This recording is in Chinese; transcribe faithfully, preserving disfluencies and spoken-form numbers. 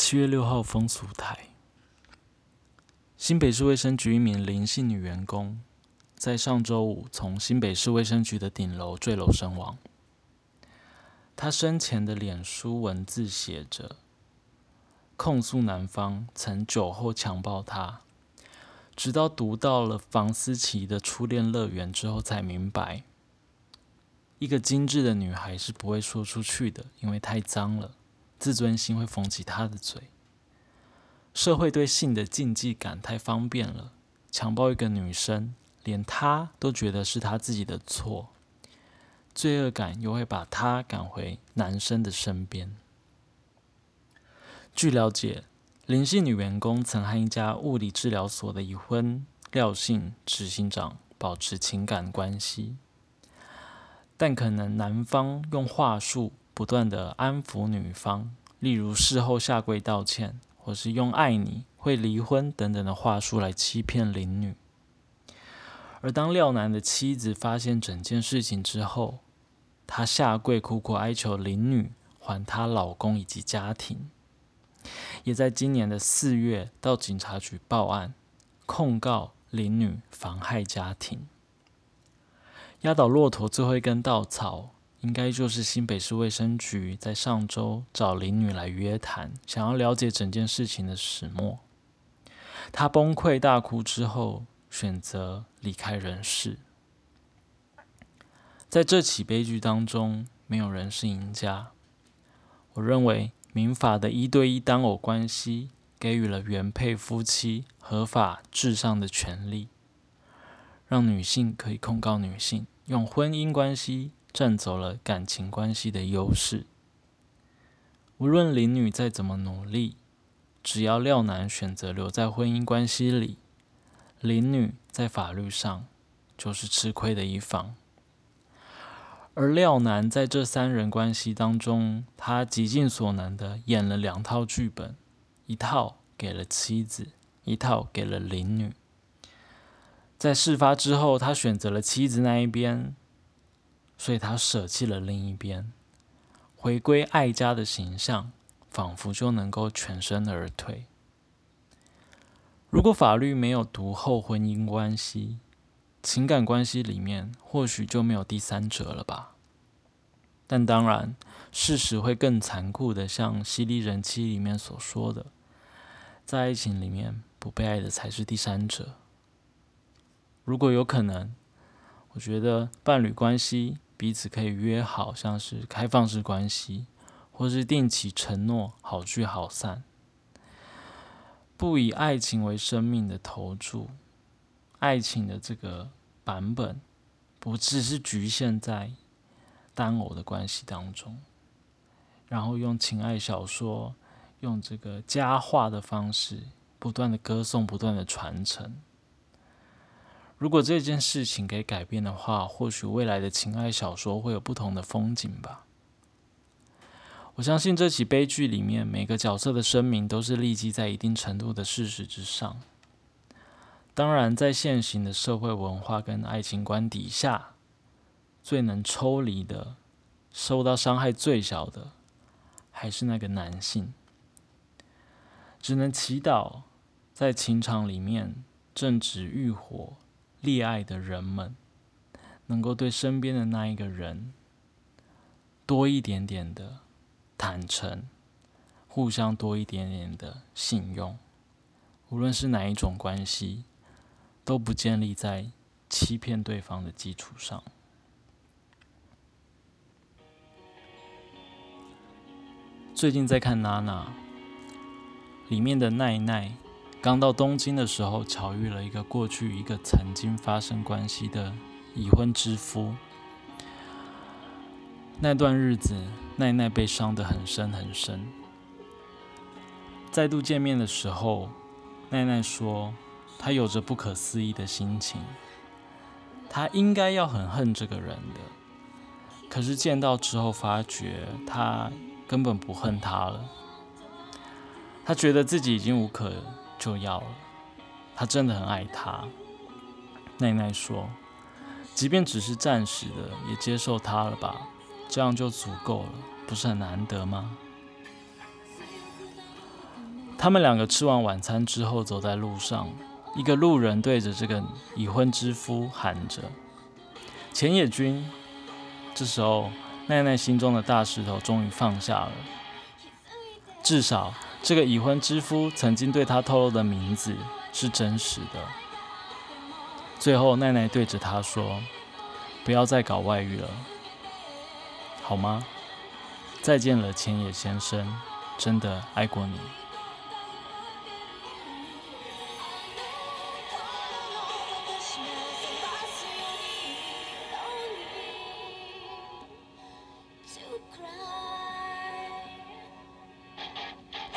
七月六号风俗台，新北市卫生局一名林姓女员工在上周五从新北市卫生局的顶楼坠楼身亡。她生前的脸书文字写着，控诉男方曾酒后强暴她，直到读到了房思琪的初恋乐园之后才明白，一个精致的女孩是不会说出去的，因为太脏了，自尊心会封起她的嘴。社会对性的禁忌感太方便了，强暴一个女生，连她都觉得是她自己的错，罪恶感又会把她赶回男生的身边。据了解，林姓女员工曾和一家物理治疗所的已婚廖姓执行长保持情感关系，但可能男方用话术不断的安抚女方，例如事后下跪道歉，或是用爱你、会离婚等等的话术来欺骗林女。而当廖男的妻子发现整件事情之后，她下跪苦苦哀求林女还她老公以及家庭，也在今年的四月到警察局报案，控告林女妨害家庭。压倒骆驼最后一根稻草，应该就是新北市卫生局在上周找林女来约谈，想要了解整件事情的始末。她崩溃大哭之后，选择离开人世。在这起悲剧当中，没有人是赢家。我认为民法的一对一单偶关系给予了原配夫妻合法至上的权利，让女性可以控告女性，用婚姻关系占走了感情关系的优势。无论林女再怎么努力，只要廖男选择留在婚姻关系里，林女在法律上就是吃亏的一方。而廖男在这三人关系当中，他极尽所能的演了两套剧本，一套给了妻子，一套给了林女。在事发之后，他选择了妻子那一边，所以他舍弃了另一边，回归爱家的形象，仿佛就能够全身而退。如果法律没有读后婚姻关系，情感关系里面或许就没有第三者了吧。但当然，事实会更残酷的，像《犀利人妻》里面所说的，在爱情里面，不被爱的才是第三者。如果有可能，我觉得伴侣关系彼此可以约好，像是开放式关系，或是定期承诺好聚好散，不以爱情为生命的投注。爱情的这个版本不只是局限在单偶的关系当中，然后用情爱小说，用这个佳话的方式，不断的歌颂，不断的传承。如果这件事情给改变的话，或许未来的情爱小说会有不同的风景吧。我相信这起悲剧里面，每个角色的生命都是立基在一定程度的事实之上。当然，在现行的社会文化跟爱情观底下，最能抽离的、受到伤害最小的，还是那个男性。只能祈祷，在情场里面正值欲火、恋爱的人们，能够对身边的那一个人多一点点的坦诚，互相多一点点的信用。无论是哪一种关系，都不建立在欺骗对方的基础上。最近在看娜娜，里面的奈奈刚到东京的时候，巧遇了一个过去一个曾经发生关系的已婚之夫。那段日子，奈奈被伤得很深很深。再度见面的时候，奈奈说，她有着不可思议的心情，她应该要很恨这个人的，可是见到之后发觉她根本不恨他了。她觉得自己已经无可救药了，她真的很爱他。奈奈说，即便只是暂时的，也接受他了吧，这样就足够了，不是很难得吗？ 他们两个吃完晚餐之后，走在路上，一个路人对着这个已婚之夫喊着：浅野君。这时候，奈奈心中的大石头终于放下了。至少，这个已婚之夫曾经对她透露的名字是真实的。最后，奈奈对着他说：不要再搞外遇了，好吗？再见了，浅野先生，真的爱过你。